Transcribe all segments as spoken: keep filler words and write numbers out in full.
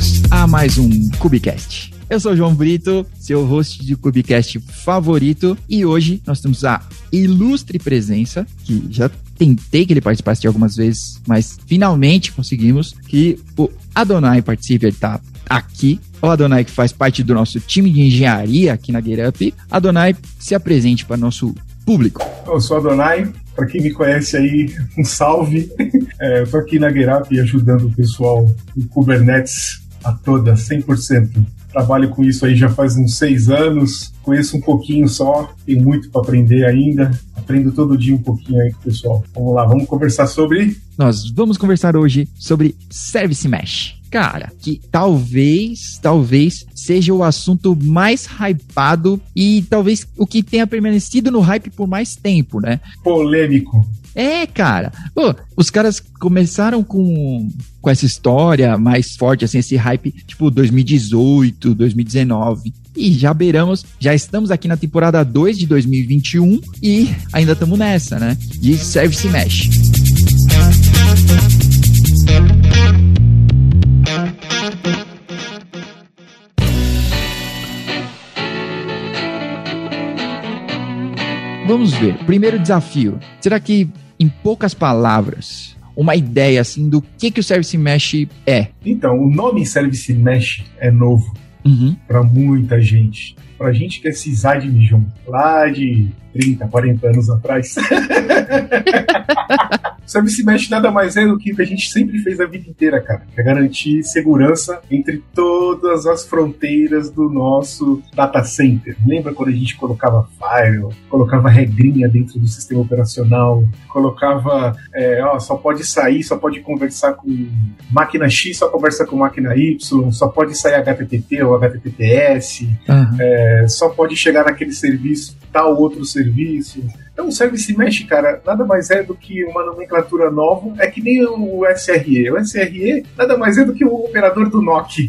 Bem-vindos a mais um Kubecast. Eu sou o João Brito, seu host de Kubecast favorito, e hoje nós temos a ilustre presença, que já tentei que ele participasse de algumas vezes, mas finalmente conseguimos que o Adonai participe, ele tá aqui. O Adonai, que faz parte do nosso time de engenharia aqui na GetUp. Adonai, se apresente para o nosso público. Eu sou o Adonai, para quem me conhece aí, um salve. É, eu tô aqui na GetUp ajudando o pessoal do Kubernetes a toda, cem por cento. Trabalho com isso aí já faz uns seis anos, conheço um pouquinho só, tem muito para aprender ainda, aprendo todo dia um pouquinho aí com o pessoal. Vamos lá, vamos conversar sobre... Nós vamos conversar hoje sobre Service Mesh. Cara, que talvez, talvez seja o assunto mais hypado e talvez o que tenha permanecido no hype por mais tempo, né? Polêmico. É, cara. Pô, os caras começaram com, com essa história mais forte, assim, esse hype, tipo, dois mil e dezoito, dois mil e dezenove. E já beiramos, já estamos aqui na temporada dois de dois mil e vinte e um e ainda estamos nessa, né? De Service Mesh. Vamos ver. Primeiro desafio. Será que, em poucas palavras, uma ideia assim do que, que o Service Mesh é? Então, o nome Service Mesh é novo uhum. para muita gente. Pra gente que é sysadmin, lá de trinta, quarenta anos atrás. Service Mesh nada mais é do que o que a gente sempre fez a vida inteira, cara. Que é garantir segurança entre todas as fronteiras do nosso data center. Lembra quando a gente colocava firewall, colocava regrinha dentro do sistema operacional, colocava, é, ó, só pode sair, só pode conversar com máquina X, só conversa com máquina Y, só pode sair H T T P ou H T T P S, uhum. é, só pode chegar naquele serviço, tal outro serviço. Então, o Service Mesh, cara, nada mais é do que uma nomenclatura nova, é que nem o S R E. O S R E nada mais é do que o operador do N O C.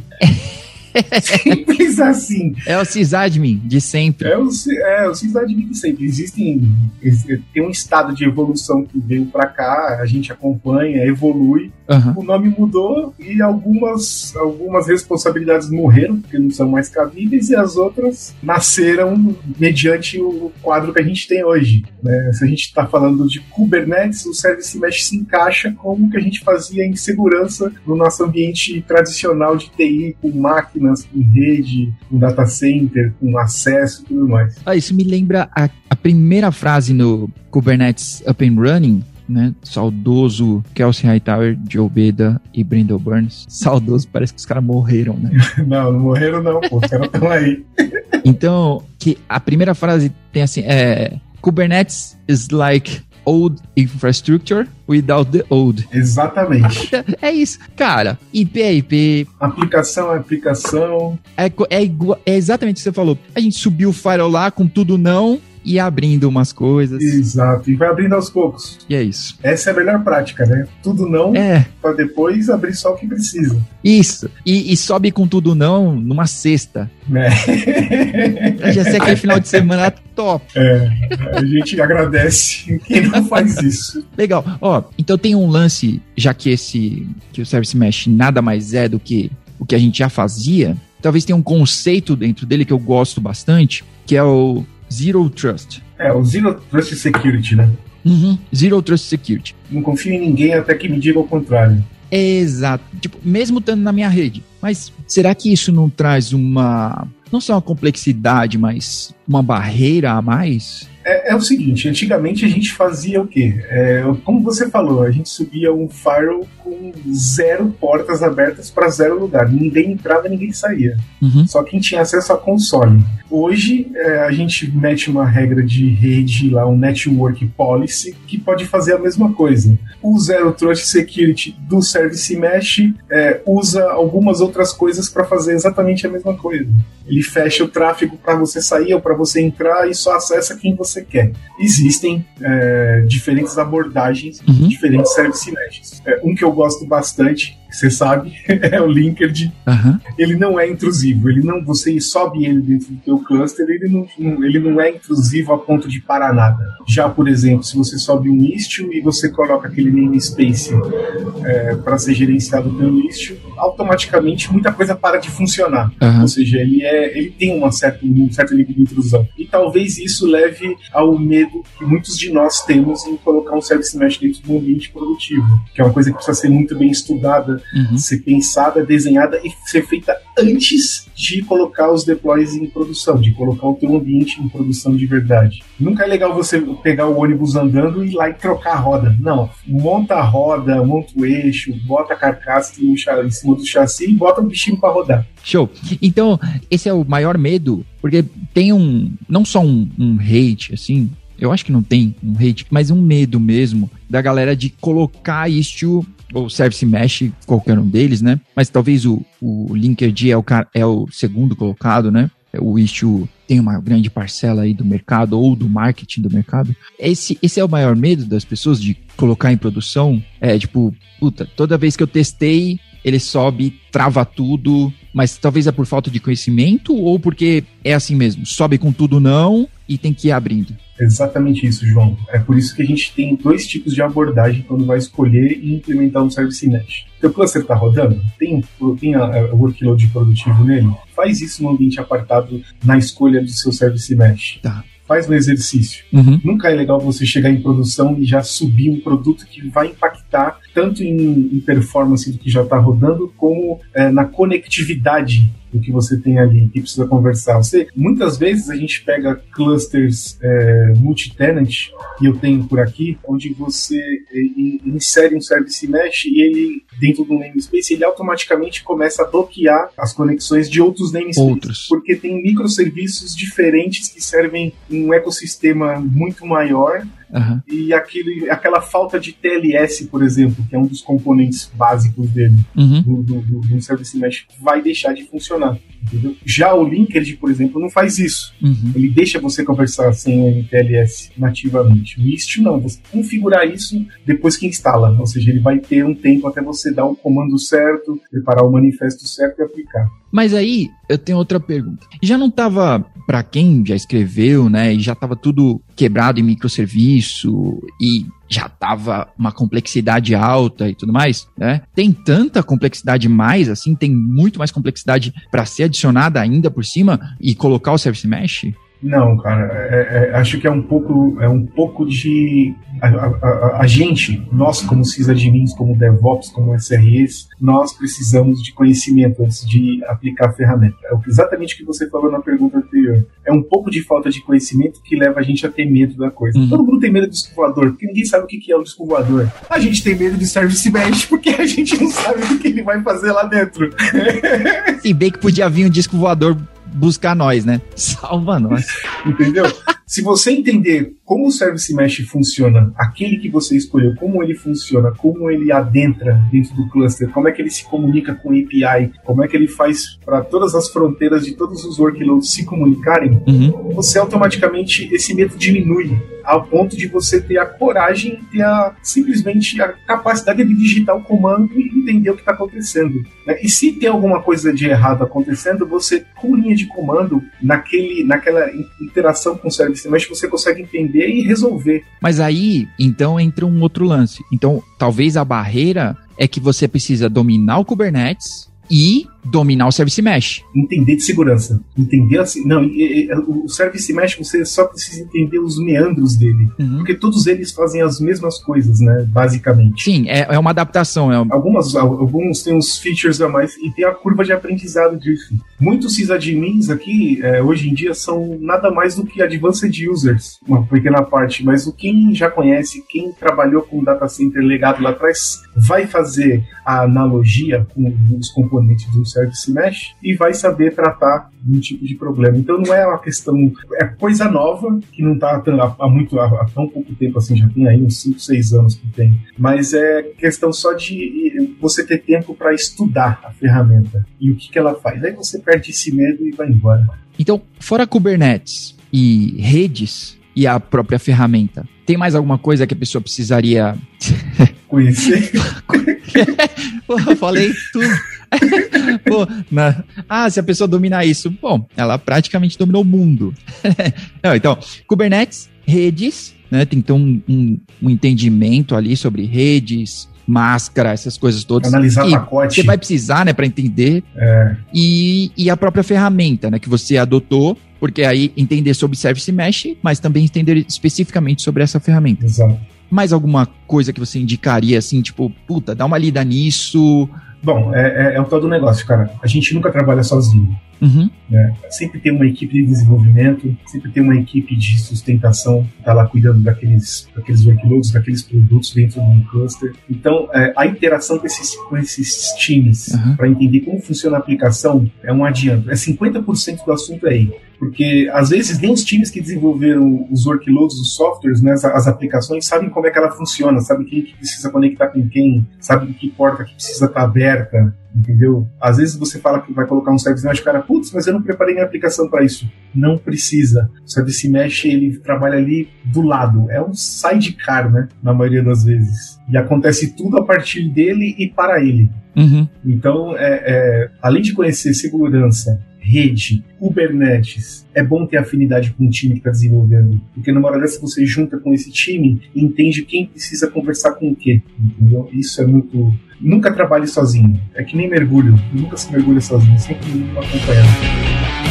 Simples assim. É o sysadmin de sempre. É o, é, o sysadmin de sempre. Existem, tem um estado de evolução que veio pra cá, a gente acompanha, evolui. Uhum. O nome mudou e algumas, algumas responsabilidades morreram, porque não são mais cabíveis, e as outras nasceram mediante o quadro que a gente tem hoje. Né? Se a gente está falando de Kubernetes, o Service Mesh se encaixa com o que a gente fazia em segurança no nosso ambiente tradicional de T I, com máquinas, com rede, com data center, com acesso e tudo mais. Ah, isso me lembra a, a primeira frase no Kubernetes Up and Running, né? Saudoso Kelsey Hightower, Joe Beda e Brendan Burns. Saudoso, parece que os caras morreram, né? Não, não morreram não, pô, os caras estão aí. Então, que a primeira frase tem assim, é Kubernetes is like old infrastructure without the old. Exatamente. É isso, cara. I P é I P. Aplicação é aplicação. É, é, igual, é exatamente o que você falou. A gente subiu o firewall lá com tudo não e abrindo umas coisas. Exato, e vai abrindo aos poucos. E é isso. Essa é a melhor prática, né? Tudo não, é. Pra depois abrir só o que precisa. Isso, e, e sobe com tudo não numa sexta. É. Já sei que é final de semana top. É, a gente agradece quem não faz isso. Legal, ó, então tem um lance, já que esse, que o Service Mesh nada mais é do que o que a gente já fazia, talvez tenha um conceito dentro dele que eu gosto bastante, que é o Zero Trust. É, o Zero Trust Security, né? Uhum. Zero Trust Security. Não confio em ninguém até que me diga o contrário. Exato. Tipo, mesmo estando na minha rede. Mas será que isso não traz uma... não só uma complexidade, mas uma barreira a mais? É, é o seguinte, antigamente a gente fazia o quê? É, como você falou, a gente subia um firewall com zero portas abertas para zero lugar. Ninguém entrava, ninguém saía. Uhum. Só quem tinha acesso a console. Hoje é, a gente mete uma regra de rede lá, um network policy, que pode fazer a mesma coisa. O Zero Trust Security do Service Mesh é, usa algumas outras coisas para fazer exatamente a mesma coisa. Ele fecha o tráfego para você sair ou para você entrar e só acessa quem você quer. Existem é, diferentes abordagens, uhum. diferentes Service Meshes. É, um que eu gosto bastante você sabe, é o Linkerd. Uhum. Ele não é intrusivo, ele não, você sobe ele dentro do teu cluster, ele não, ele não é intrusivo a ponto de parar nada. Já, por exemplo, se você sobe um Istio e você coloca aquele namespace é, para ser gerenciado pelo Istio, automaticamente muita coisa para de funcionar. Uhum. Ou seja, ele, é, ele tem uma certa, um certo nível de intrusão. E talvez isso leve ao medo que muitos de nós temos em colocar um service mesh dentro de um ambiente produtivo, que é uma coisa que precisa ser muito bem estudada, uhum. ser pensada, desenhada e ser feita antes de colocar os deploys em produção, de colocar o teu ambiente em produção de verdade. Nunca é legal você pegar o ônibus andando e ir lá e trocar a roda. Não, monta a roda, monta o eixo, bota a carcaça em cima do chassi e bota o bichinho para rodar. Show. Então, esse é o maior medo, porque tem um, não só um, um hate, assim, eu acho que não tem um hate, mas um medo mesmo da galera de colocar Istio ou Service Mesh, qualquer um deles, né? Mas talvez o, o Linkerd é o, é o segundo colocado, né? O Istio tem uma grande parcela aí do mercado ou do marketing do mercado. Esse, esse é o maior medo das pessoas de colocar em produção? É tipo, puta, toda vez que eu testei, ele sobe, trava tudo, mas talvez é por falta de conhecimento ou porque é assim mesmo, sobe com tudo não e tem que ir abrindo. Exatamente isso, João. É por isso que a gente tem dois tipos de abordagem quando vai escolher e implementar um Service Mesh. Teu cluster está rodando? Tem, tem a, a workload produtivo nele? Faz isso no ambiente apartado na escolha do seu Service Mesh. Tá. Faz um exercício. Uhum. Nunca é legal você chegar em produção e já subir um produto que vai impactar tanto em, em performance do que já está rodando, como é, na conectividade do que você tem ali, que precisa conversar. Você, muitas vezes a gente pega clusters é, multi-tenant, e eu tenho por aqui, onde você é, insere um service mesh e ele, dentro do namespace, ele automaticamente começa a bloquear as conexões de outros namespaces. Outros. Porque tem microserviços diferentes que servem em um ecossistema muito maior. Uhum. E aquele, aquela falta de T L S, por exemplo, que é um dos componentes básicos dele, uhum. do, do, do, do Service Mesh, vai deixar de funcionar. Entendeu? Já o Linkerd, por exemplo, não faz isso. Uhum. Ele deixa você conversar sem o T L S nativamente. O Istio não, você configurar isso depois que instala. Ou seja, ele vai ter um tempo até você dar o comando certo, preparar o manifesto certo e aplicar. Mas aí, eu tenho outra pergunta. Já não estava, para quem já escreveu, né, e já estava tudo quebrado em microserviço e já estava uma complexidade alta e tudo mais, né? Tem tanta complexidade mais, assim, tem muito mais complexidade para ser adicionada ainda por cima e colocar o Service Mesh? Não, cara, é, é, acho que é um pouco, é um pouco de... A, a, a, a gente, nós como sysadmins, como DevOps, como S R Es, nós precisamos de conhecimento antes de aplicar a ferramenta. É exatamente o que você falou na pergunta anterior. É um pouco de falta de conhecimento que leva a gente a ter medo da coisa. Uhum. Todo mundo tem medo do disco voador, porque ninguém sabe o que é um disco voador. A gente tem medo de Service Mesh, porque a gente não sabe o que ele vai fazer lá dentro. Se bem que podia vir um disco voador buscar nós, né? Salva nós. Entendeu? Se você entender como o Service Mesh funciona, aquele que você escolheu, como ele funciona, como ele adentra dentro do cluster, como é que ele se comunica com a A P I, como é que ele faz para todas as fronteiras de todos os workloads se comunicarem, uhum. você automaticamente, esse medo diminui ao ponto de você ter a coragem, ter a, simplesmente a capacidade de digitar o comando e entender o que está acontecendo. Né? E se tem alguma coisa de errado acontecendo, você, com linha de comando, naquele, naquela interação com o Service Mesh, você consegue entender e resolver. Mas aí, então, entra um outro lance. Então, talvez a barreira é que você precisa dominar o Kubernetes e dominar o Service Mesh. Entender de segurança. Entender assim. Não, e, e, o Service Mesh você só precisa entender os meandros dele. Uhum. Porque todos eles fazem as mesmas coisas, né? Basicamente. Sim, é, é uma adaptação. É... Algumas, alguns têm uns features a mais e tem a curva de aprendizado disso. Muitos sysadmins aqui, é, hoje em dia, são nada mais do que advanced users, uma pequena parte, mas o quem já conhece, quem trabalhou com data center legado lá atrás, vai fazer a analogia com os componentes do Service Mesh e vai saber tratar um tipo de problema. Então não é uma questão, é coisa nova que não está há, muito, há, há tão pouco tempo assim, já tem aí uns cinco, seis anos que tem, mas é questão só de você ter tempo para estudar a ferramenta e o que, que ela faz. Aí você perde esse medo e vai embora. Então, fora Kubernetes e redes e a própria ferramenta, tem mais alguma coisa que a pessoa precisaria conhecer. Pô, eu falei tudo. Pô, na... Ah, se a pessoa dominar isso, bom, ela praticamente dominou o mundo. Não, então, Kubernetes, redes, né? Tem que ter um, um, um entendimento ali sobre redes, máscara, essas coisas todas. Analisar e pacote. Você vai precisar, né, para entender. É. E, e a própria ferramenta, né, que você adotou, porque aí entender sobre Service Mesh, mas também entender especificamente sobre essa ferramenta. Exato. Mais alguma coisa que você indicaria, assim, tipo, puta, dá uma lida nisso? Bom, é, é, é o tal do negócio, cara. A gente nunca trabalha sozinho. Uhum. Né? Sempre tem uma equipe de desenvolvimento, sempre tem uma equipe de sustentação que está lá cuidando daqueles, daqueles workloads, daqueles produtos dentro de um cluster. Então, é, a interação com esses, com esses times uhum. para entender como funciona a aplicação é um adianto. É cinquenta por cento do assunto aí. Porque, às vezes, nem os times que desenvolveram os workloads, os softwares, né, as, as aplicações, sabem como é que ela funciona, sabem quem que precisa conectar com quem, sabem que porta que precisa estar aberta, entendeu? Às vezes você fala que vai colocar um Service Mesh, o cara, putz, mas eu não preparei minha aplicação para isso. Não precisa. O Service Mesh, ele trabalha ali do lado. É um sidecar, né, na maioria das vezes. E acontece tudo a partir dele e para ele. Uhum. Então, é, é, além de conhecer segurança, rede, Kubernetes, é bom ter afinidade com o time que está desenvolvendo, porque numa hora dessa você junta com esse time e entende quem precisa conversar com o quê, entendeu? Isso é muito... Nunca trabalhe sozinho, é que nem mergulho, nunca se mergulha sozinho, sempre acompanhado.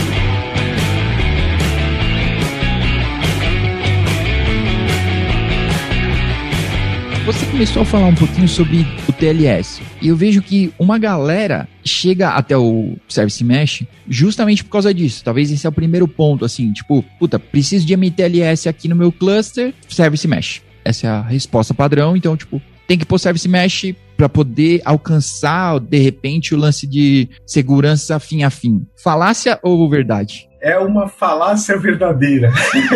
Você começou a falar um pouquinho sobre o T L S, e eu vejo que uma galera chega até o Service Mesh justamente por causa disso. Talvez esse é o primeiro ponto, assim, tipo, puta, preciso de M T L S aqui no meu cluster, Service Mesh. Essa é a resposta padrão, então, tipo, tem que pôr Service Mesh para poder alcançar, de repente, o lance de segurança fim a fim. Falácia ou verdade? É uma falácia verdadeira.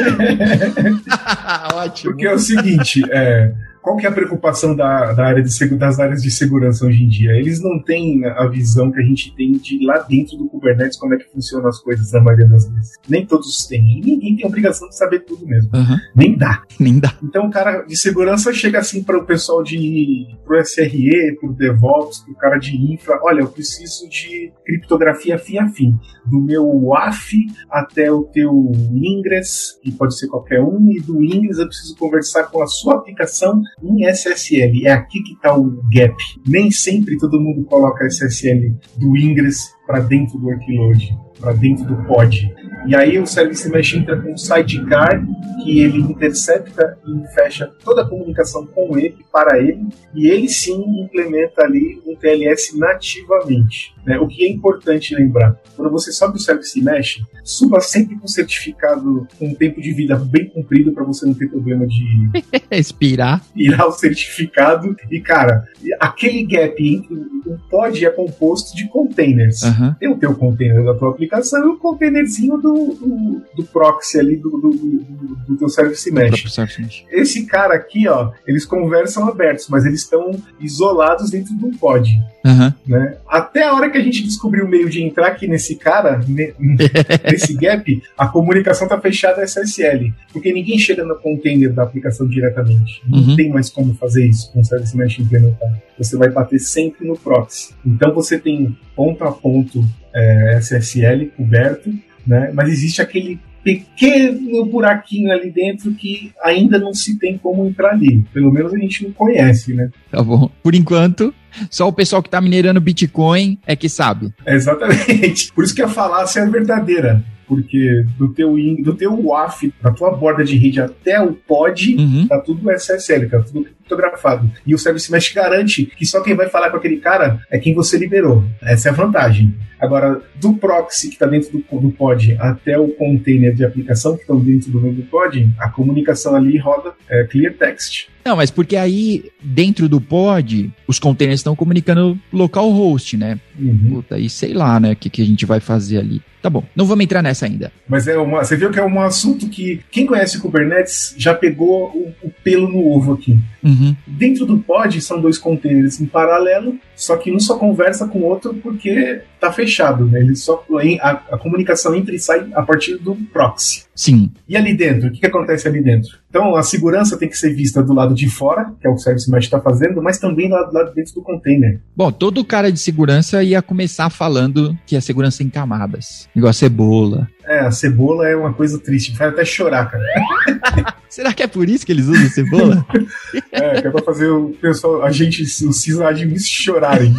Ótimo. Porque é o seguinte, é... Qual que é a preocupação da, da área de, das áreas de segurança hoje em dia? Eles não têm a visão que a gente tem de lá dentro do Kubernetes como é que funcionam as coisas na maioria das vezes. Nem todos têm. E ninguém tem a obrigação de saber tudo mesmo. Uhum. Nem dá. Nem dá. Então o cara de segurança chega assim para o pessoal de pro S R E, pro DevOps, pro cara de infra. Olha, eu preciso de criptografia fim a fim. Do meu W A F até o teu Ingress, que pode ser qualquer um, e do Ingress eu preciso conversar com a sua aplicação em S S L. É aqui que está o gap. Nem sempre todo mundo coloca S S L do Ingress para dentro do workload, para dentro do pod. E aí o Service Mesh entra com um sidecar que ele intercepta e fecha toda a comunicação com ele, para ele, e ele sim implementa ali um T L S nativamente. Né? O que é importante lembrar, quando você sobe o Service Mesh, suba sempre com certificado com um tempo de vida bem comprido para você não ter problema de expirar. Virar o certificado. E cara, aquele gap entre o pod é composto de containers. Uhum. Tem o teu container da tua aplicação e o containerzinho do, do, do proxy ali do, do, do, do teu Service Mesh. Service Mesh. Esse cara aqui, ó, eles conversam abertos, mas eles estão isolados dentro de um pod. Uhum. Né? Até a hora que a gente descobriu o meio de entrar aqui nesse cara, ne, nesse gap, a comunicação tá fechada S S L. Porque ninguém chega no container da aplicação diretamente. Não uhum. tem mais como fazer isso com o Service Mesh implementado. Você vai bater sempre no proxy. Então você tem ponto a ponto é, S S L coberto, né? Mas existe aquele pequeno buraquinho ali dentro que ainda não se tem como entrar ali. Pelo menos a gente não conhece, né? Tá bom. Por enquanto, só o pessoal que tá minerando Bitcoin é que sabe. É exatamente. Por isso que a falácia é verdadeira. Porque do teu, do teu W A F, da tua borda de rede até o pod, uhum. tá tudo S S L, tá tudo criptografado. E o Service Mesh garante que só quem vai falar com aquele cara é quem você liberou. Essa é a vantagem. Agora, do proxy que está dentro do, do pod até o container de aplicação que estão dentro do mesmo pod, a comunicação ali roda é, clear text. Não, mas porque aí, dentro do pod, os containers estão comunicando localhost, né? Uhum. Puta, aí sei lá, né, o que, que a gente vai fazer ali. Tá bom, não vamos entrar nessa ainda. Mas é uma, você viu que é um assunto que quem conhece o Kubernetes já pegou o, o pelo no ovo aqui. Uhum. Dentro do pod são dois containers em paralelo, só que um só conversa com o outro porque tá fechado, né? Ele só, a, a comunicação entra e sai a partir do proxy. Sim. E ali dentro? O que, que acontece ali dentro? Então a segurança tem que ser vista do lado de fora, que é o que o Service Mesh está fazendo, mas também do lado dentro do container. Bom, todo cara de segurança ia começar falando que a segurança em camadas, igual a cebola. É, a cebola é uma coisa triste, faz até chorar, cara. Será que é por isso que eles usam cebola? É, que é pra fazer o pessoal, a gente, os sysadmins chorarem.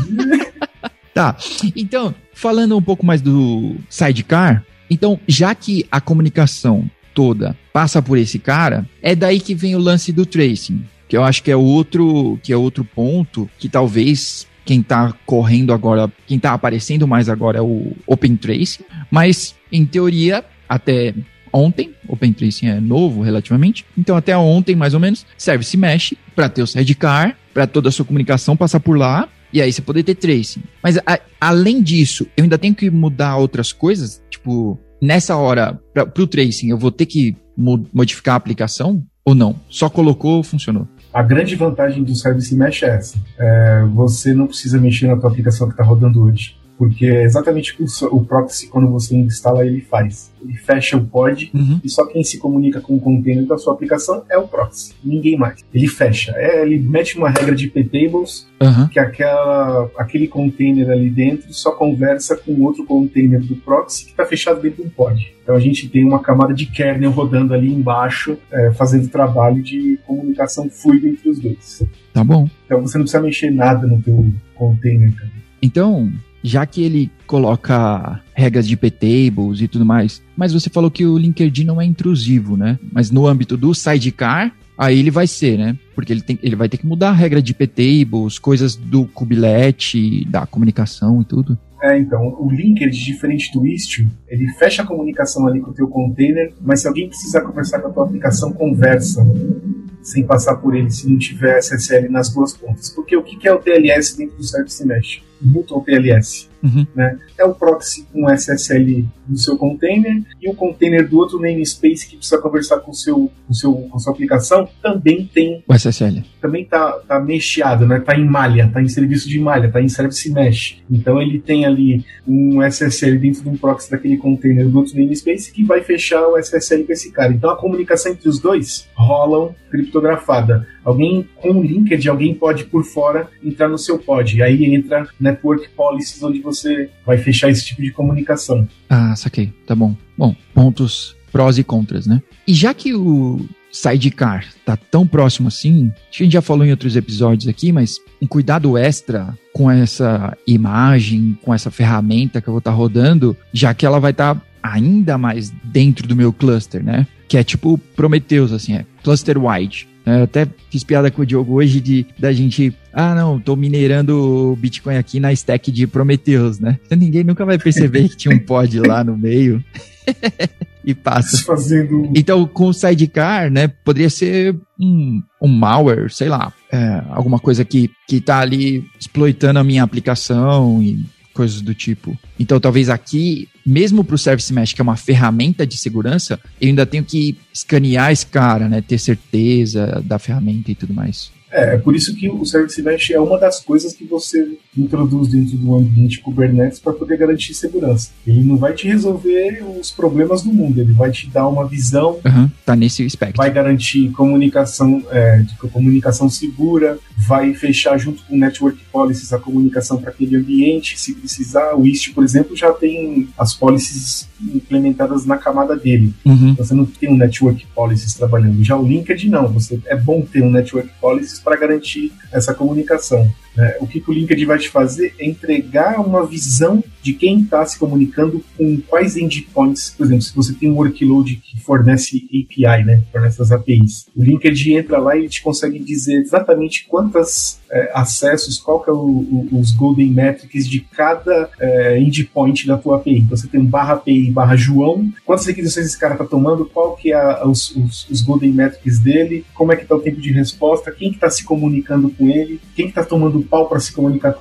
Tá, então, falando um pouco mais do sidecar, então, já que a comunicação toda passa por esse cara, é daí que vem o lance do tracing, que eu acho que é outro, que é outro ponto que talvez quem tá correndo agora, quem tá aparecendo mais agora é o Open Tracing, mas em teoria, até ontem, Open Tracing é novo relativamente, então até ontem mais ou menos, Service Mesh para ter o sidecar, para toda a sua comunicação passar por lá, e aí você poder ter tracing. Mas a, além disso, eu ainda tenho que mudar outras coisas, tipo, nessa hora, para o tracing, eu vou ter que mo- modificar a aplicação ou não? Só colocou, funcionou. A grande vantagem do Service Mesh é essa. É, você não precisa mexer na tua aplicação que está rodando hoje. Porque é exatamente o que o proxy, quando você instala, ele faz. Ele fecha o pod, uhum. E só quem se comunica com o container da sua aplicação é o proxy. Ninguém mais. Ele fecha. É, ele mete uma regra de p-tables, uhum. Que aquela, aquele container ali dentro só conversa com outro container do proxy que está fechado dentro de um pod. Então a gente tem uma camada de kernel rodando ali embaixo, é, fazendo trabalho de comunicação fluida entre os dois. Tá bom. Então você não precisa mexer nada no teu container também. Então, já que ele coloca regras de p-tables e tudo mais, mas você falou que o Linkerd não é intrusivo, né? Mas no âmbito do sidecar, aí ele vai ser, né? Porque ele, tem, ele vai ter que mudar a regra de p-tables, coisas do kubelet, da comunicação e tudo. É, então, o Linkerd, diferente do Istio, ele fecha a comunicação ali com o teu container, mas se alguém precisar conversar com a tua aplicação, conversa sem passar por ele, se não tiver S S L nas duas pontas. Porque o que é o T L S dentro do Service Mesh? Mutual T L S. Uhum. Né? É o proxy com S S L no seu container e o container do outro namespace que precisa conversar com, seu, com, seu, com a sua aplicação também tem o S S L. Também tá, tá mesheado, né? Tá em malha, tá em serviço de malha, tá em Service Mesh. Então ele tem ali um S S L dentro de um proxy daquele container do outro namespace que vai fechar o S S L com esse cara. Então a comunicação entre os dois rola criptografada. Alguém com o Linkerd, alguém pode por fora entrar no seu pod. E aí entra Network Policies, onde você vai fechar esse tipo de comunicação. Ah, saquei. Tá bom. Bom, pontos prós e contras, né? E já que o sidecar tá tão próximo assim, acho que a gente já falou em outros episódios aqui, mas um cuidado extra com essa imagem, com essa ferramenta que eu vou estar tá rodando, já que ela vai estar tá ainda mais dentro do meu cluster, né? Que é tipo Prometheus, assim, é cluster wide. Eu até fiz piada com o Diogo hoje de, da gente... Ah, não, tô minerando Bitcoin aqui na stack de Prometheus, né? Então ninguém nunca vai perceber que tinha um pod lá no meio. E passa. Fazendo... Então, com o sidecar, né, poderia ser um, um malware, sei lá, é, alguma coisa que, que tá ali exploitando a minha aplicação e coisas do tipo. Então, talvez aqui, mesmo para o Service Mesh, que é uma ferramenta de segurança, eu ainda tenho que escanear esse cara, né? Ter certeza da ferramenta e tudo mais. É, é por isso que o Service Mesh é uma das coisas que você introduz dentro do ambiente Kubernetes para poder garantir segurança. Ele não vai te resolver os problemas do mundo, ele vai te dar uma visão. Uhum, tá nesse espectro. Vai garantir comunicação, é, de comunicação segura, vai fechar junto com o Network Policies a comunicação para aquele ambiente, se precisar. O Istio, por exemplo, já tem as policies implementadas na camada dele. Uhum. Você não tem um Network Policies trabalhando. Já o Linkerd não, você, é bom ter um Network Policies para garantir essa comunicação. É, o que, que o Linkerd vai te fazer é entregar uma visão de quem está se comunicando com quais endpoints. Por exemplo, se você tem um workload que fornece A P I, né, fornece as A P Is, o Linkerd entra lá e ele te consegue dizer exatamente quantos é, acessos, qual que é o, o, os golden metrics de cada é, endpoint da tua A P I. Então, você tem um barra A P I barra João, quantas requisições esse cara está tomando, qual que é a, os, os, os golden metrics dele, como é que está o tempo de resposta, quem que está se comunicando com ele, quem que está tomando pau para se comunicar com ele,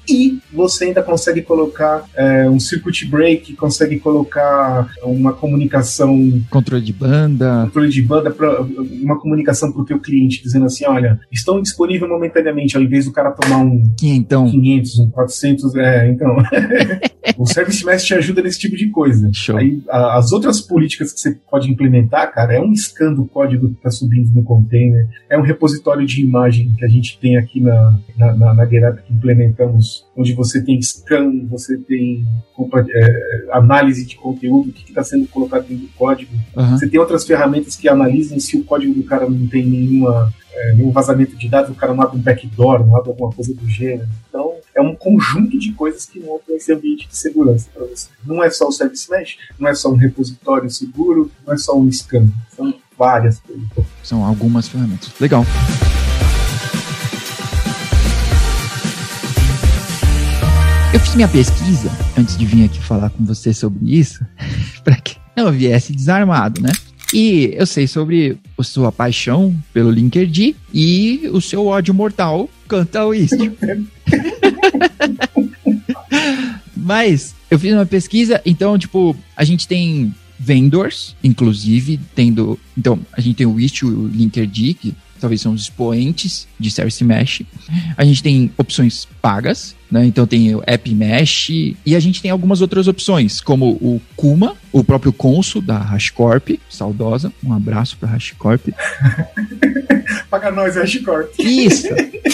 e você ainda consegue colocar é, um circuit break, consegue colocar uma comunicação... Controle de banda. Controle de banda, pra, uma comunicação para o teu cliente, dizendo assim, olha, estão disponíveis momentaneamente, ao invés do cara tomar um quinhentos, quinhentos um quatrocentos, é, então... O Service Mesh te ajuda nesse tipo de coisa. Show. Aí, a, as outras políticas que você pode implementar, cara, é um scan do código que está subindo no container, é um repositório de imagem que a gente tem aqui na, na, na, na GetUp que implementamos, onde você tem scan, você tem é, análise de conteúdo, o que está sendo colocado dentro do código. Uhum. Você tem outras ferramentas que analisam se o código do cara não tem nenhuma, é, nenhum vazamento de dados, o cara não abre um backdoor, não abre alguma coisa do gênero. Então, é um conjunto de coisas que montam esse ambiente de segurança para você. Não é só o Service Mesh, não é só um repositório seguro, não é só um scan. São várias coisas. São algumas ferramentas. Legal. Eu fiz minha pesquisa, antes de vir aqui falar com você sobre isso, para que não viesse desarmado, né? E eu sei sobre a sua paixão pelo Linkerd e o seu ódio mortal quanto ao Istio. Mas eu fiz uma pesquisa, então, tipo, a gente tem vendors, inclusive, tendo... Então, a gente tem o Istio e o Linkerd, que talvez são os expoentes de Service Mesh. A gente tem opções pagas, né? Então tem o App Mesh e a gente tem algumas outras opções, como o Kuma, o próprio Consul da HashiCorp, saudosa, um abraço pra HashiCorp. Paga nós, HashiCorp. Isso!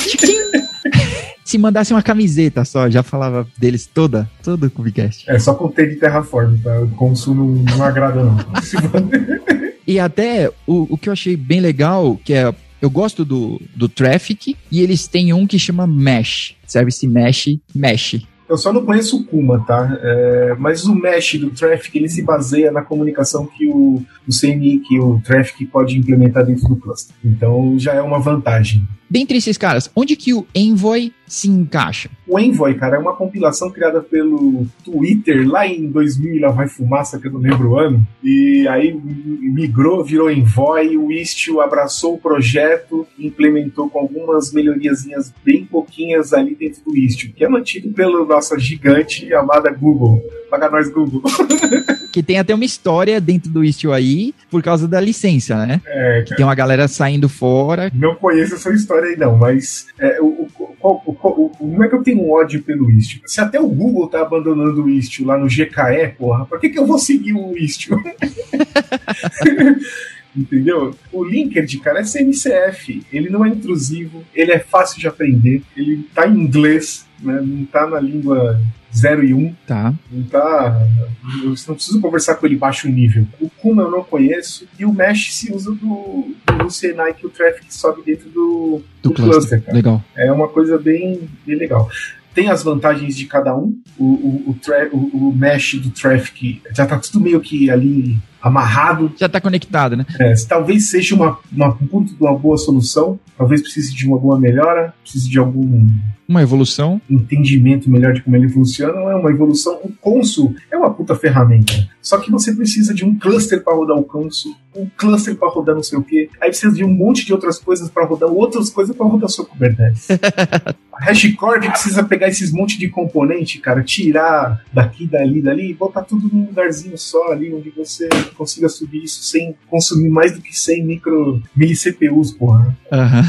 Se mandasse uma camiseta só, já falava deles toda, todo o Kubecast. É, só contei de Terraform, tá? O Consul não, não agrada não. E até o, o que eu achei bem legal, que é, eu gosto do, do Traffic, e eles têm um que chama Mesh, Service Mesh, Mesh. Eu só não conheço o Kuma, tá? É, mas o Mesh do Traffic, ele se baseia na comunicação que o, o C M I, que o Traffic pode implementar dentro do cluster. Então, já é uma vantagem. Dentre esses caras, onde que o Envoy se encaixa? O Envoy, cara, é uma compilação criada pelo Twitter lá em dois mil, lá vai fumaça, que eu não lembro o ano, e aí migrou, virou Envoy, o Istio abraçou o projeto, implementou com algumas melhoriazinhas bem pouquinhas ali dentro do Istio, que é mantido pela nossa gigante amada Google. Paga nós, Google. Que tem até uma história dentro do Istio aí, por causa da licença, né? É, que tem uma galera saindo fora. Não conheço essa história aí não, mas é, o, o, o, o, o, não é que eu tenho um ódio pelo Istio. Se até o Google tá abandonando o Istio lá no G K E, porra, por que que eu vou seguir o Istio? Entendeu? O Linkerd, cara, é C M C F. Ele não é intrusivo, ele é fácil de aprender, ele tá em inglês, né? Não tá na língua zero e um. Tá. Não tá. Eu não preciso conversar com ele baixo nível. O Kuma eu não conheço. E o Mesh se usa do, do C N I que o Traffic sobe dentro do, do, do cluster. cluster cara. Legal. É uma coisa bem, bem legal. Tem as vantagens de cada um. O, o, o, tra- o, o Mesh do Traffic já tá tudo meio que ali amarrado. Já tá conectado, né? É, talvez seja uma, uma, um ponto de uma boa solução. Talvez precise de uma boa melhora. Precise de algum... Uma evolução. Entendimento melhor de como ele funciona. Não é uma evolução. O Consul é uma puta ferramenta. Só que você precisa de um cluster para rodar o Consul, um cluster para rodar não sei o quê. Aí precisa de um monte de outras coisas para rodar outras coisas para rodar o seu Kubernetes. A HashiCorp precisa pegar esses monte de componente, cara, tirar daqui, dali, dali e botar tudo num lugarzinho só ali, onde você consiga subir isso sem consumir mais do que cem micro milli-C P Us, porra. Aham.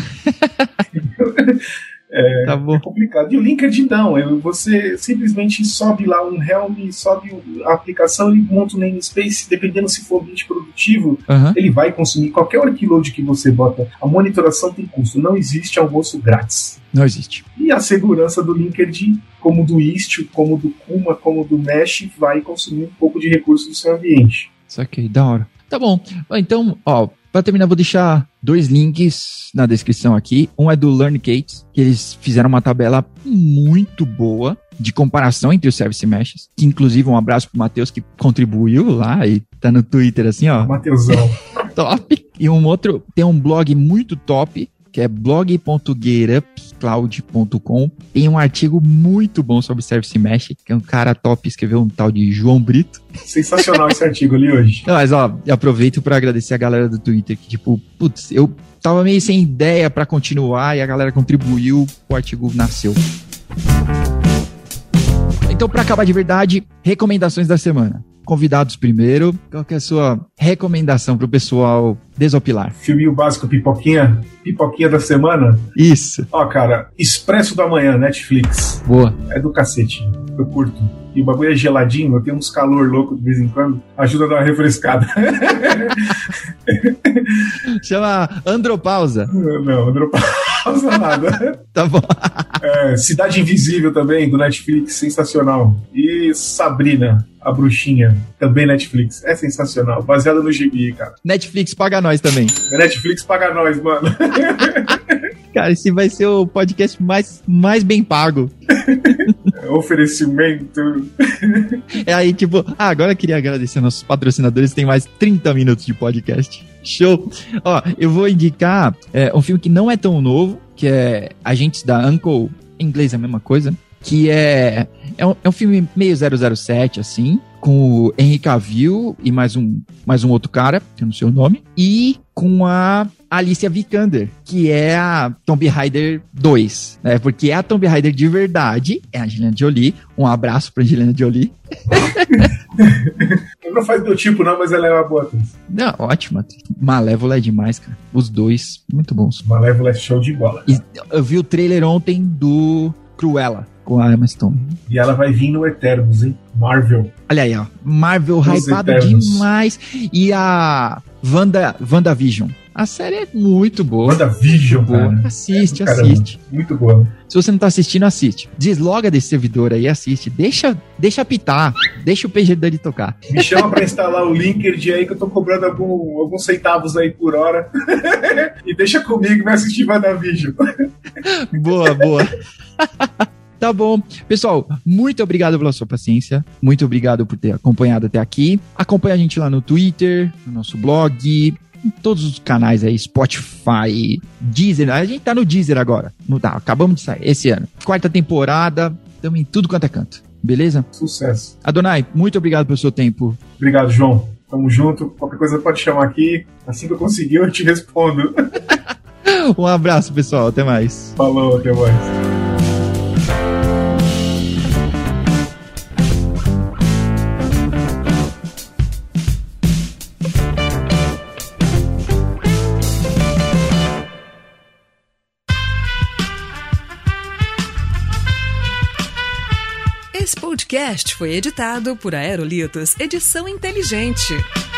Uhum. É, tá bom. É complicado. E o Linkerd não, você simplesmente sobe lá um Helm, sobe a aplicação, ele monta um namespace, dependendo se for ambiente produtivo, uhum. ele vai consumir qualquer workload que você bota. A monitoração tem custo, não existe almoço grátis. Não existe. E a segurança do Linkerd, como do Istio, como do Kuma, como do Mesh, vai consumir um pouco de recursos do seu ambiente. Isso aqui, da hora. Tá bom. Então, ó, para terminar, vou deixar dois links na descrição aqui. Um é do LearnKate, que eles fizeram uma tabela muito boa de comparação entre os Service Meshes, que inclusive um abraço pro Matheus que contribuiu lá e tá no Twitter assim, ó. Matheusão. Top. E um outro, tem um blog muito top, que é blog ponto getupcloud ponto com. Tem um artigo muito bom sobre Service Mesh, que é um cara top, escreveu um tal de João Brito. Sensacional esse artigo ali hoje. Não, mas ó, eu aproveito pra agradecer a galera do Twitter, que tipo, putz, eu tava meio sem ideia pra continuar e a galera contribuiu, o artigo nasceu. Então, pra acabar de verdade, recomendações da semana. Convidados primeiro, qual que é a sua recomendação pro pessoal desopilar? Filminho básico, pipoquinha, pipoquinha da semana? Isso. Ó, cara, Expresso da Manhã, Netflix. Boa. É do cacete, eu curto. E o bagulho é geladinho, eu tenho uns calor louco de vez em quando, ajuda a dar uma refrescada. Chama Andropausa. Não, Andropausa nada. Tá bom. É, Cidade Invisível também, do Netflix, sensacional. E Sabrina, a Bruxinha, também Netflix, é sensacional, baseada no gibi, cara. Netflix paga nós também. Netflix paga nós, mano. Cara, esse vai ser o podcast mais, mais bem pago. Oferecimento. É aí, tipo, ah, agora eu queria agradecer aos nossos patrocinadores, tem mais trinta minutos de podcast. Show! Ó, eu vou indicar é, um filme que não é tão novo, que é Agentes da Uncle, em inglês é a mesma coisa, que é, é, um, é um filme meio zero zero sete, assim, com o Henry Cavill e mais um, mais um outro cara, que eu não sei o nome, e com a Alicia Vikander, que é a Tomb Raider dois, né? Porque é a Tomb Raider de verdade, é a Angelina Jolie. Um abraço pra Angelina Jolie. Não faz meu tipo não, mas ela é uma boa atriz. Não, ótima. Malévola é demais, cara. Os dois, muito bons. Malévola é show de bola. E eu vi o trailer ontem do Cruella, com a Emma Stone. E ela vai vir no Eternos, hein? Marvel. Olha aí, ó. Marvel hypado demais. E a Wanda, WandaVision. A série é muito boa. WandaVision, boa. Cara. Assiste, Caramba, assiste. Muito boa. Se você não tá assistindo, assiste. Desloga desse servidor aí, assiste. Deixa, deixa pitar. Deixa o P G dele tocar. Me chama pra instalar o Linkerd aí que eu tô cobrando algum, alguns centavos aí por hora. E deixa comigo e vai assistir WandaVision. Boa, boa. Tá bom. Pessoal, muito obrigado pela sua paciência. Muito obrigado por ter acompanhado até aqui. Acompanha a gente lá no Twitter, no nosso blog, em todos os canais aí, Spotify, Deezer. A gente tá no Deezer agora. Não tá, acabamos de sair esse ano. Quarta temporada, estamos em tudo quanto é canto. Beleza? Sucesso. Adonai, muito obrigado pelo seu tempo. Obrigado, João. Tamo junto. Qualquer coisa pode chamar aqui. Assim que eu conseguir, eu te respondo. Um abraço, pessoal. Até mais. Falou, até mais. Esse podcast foi editado por Aerolitos Edição Inteligente.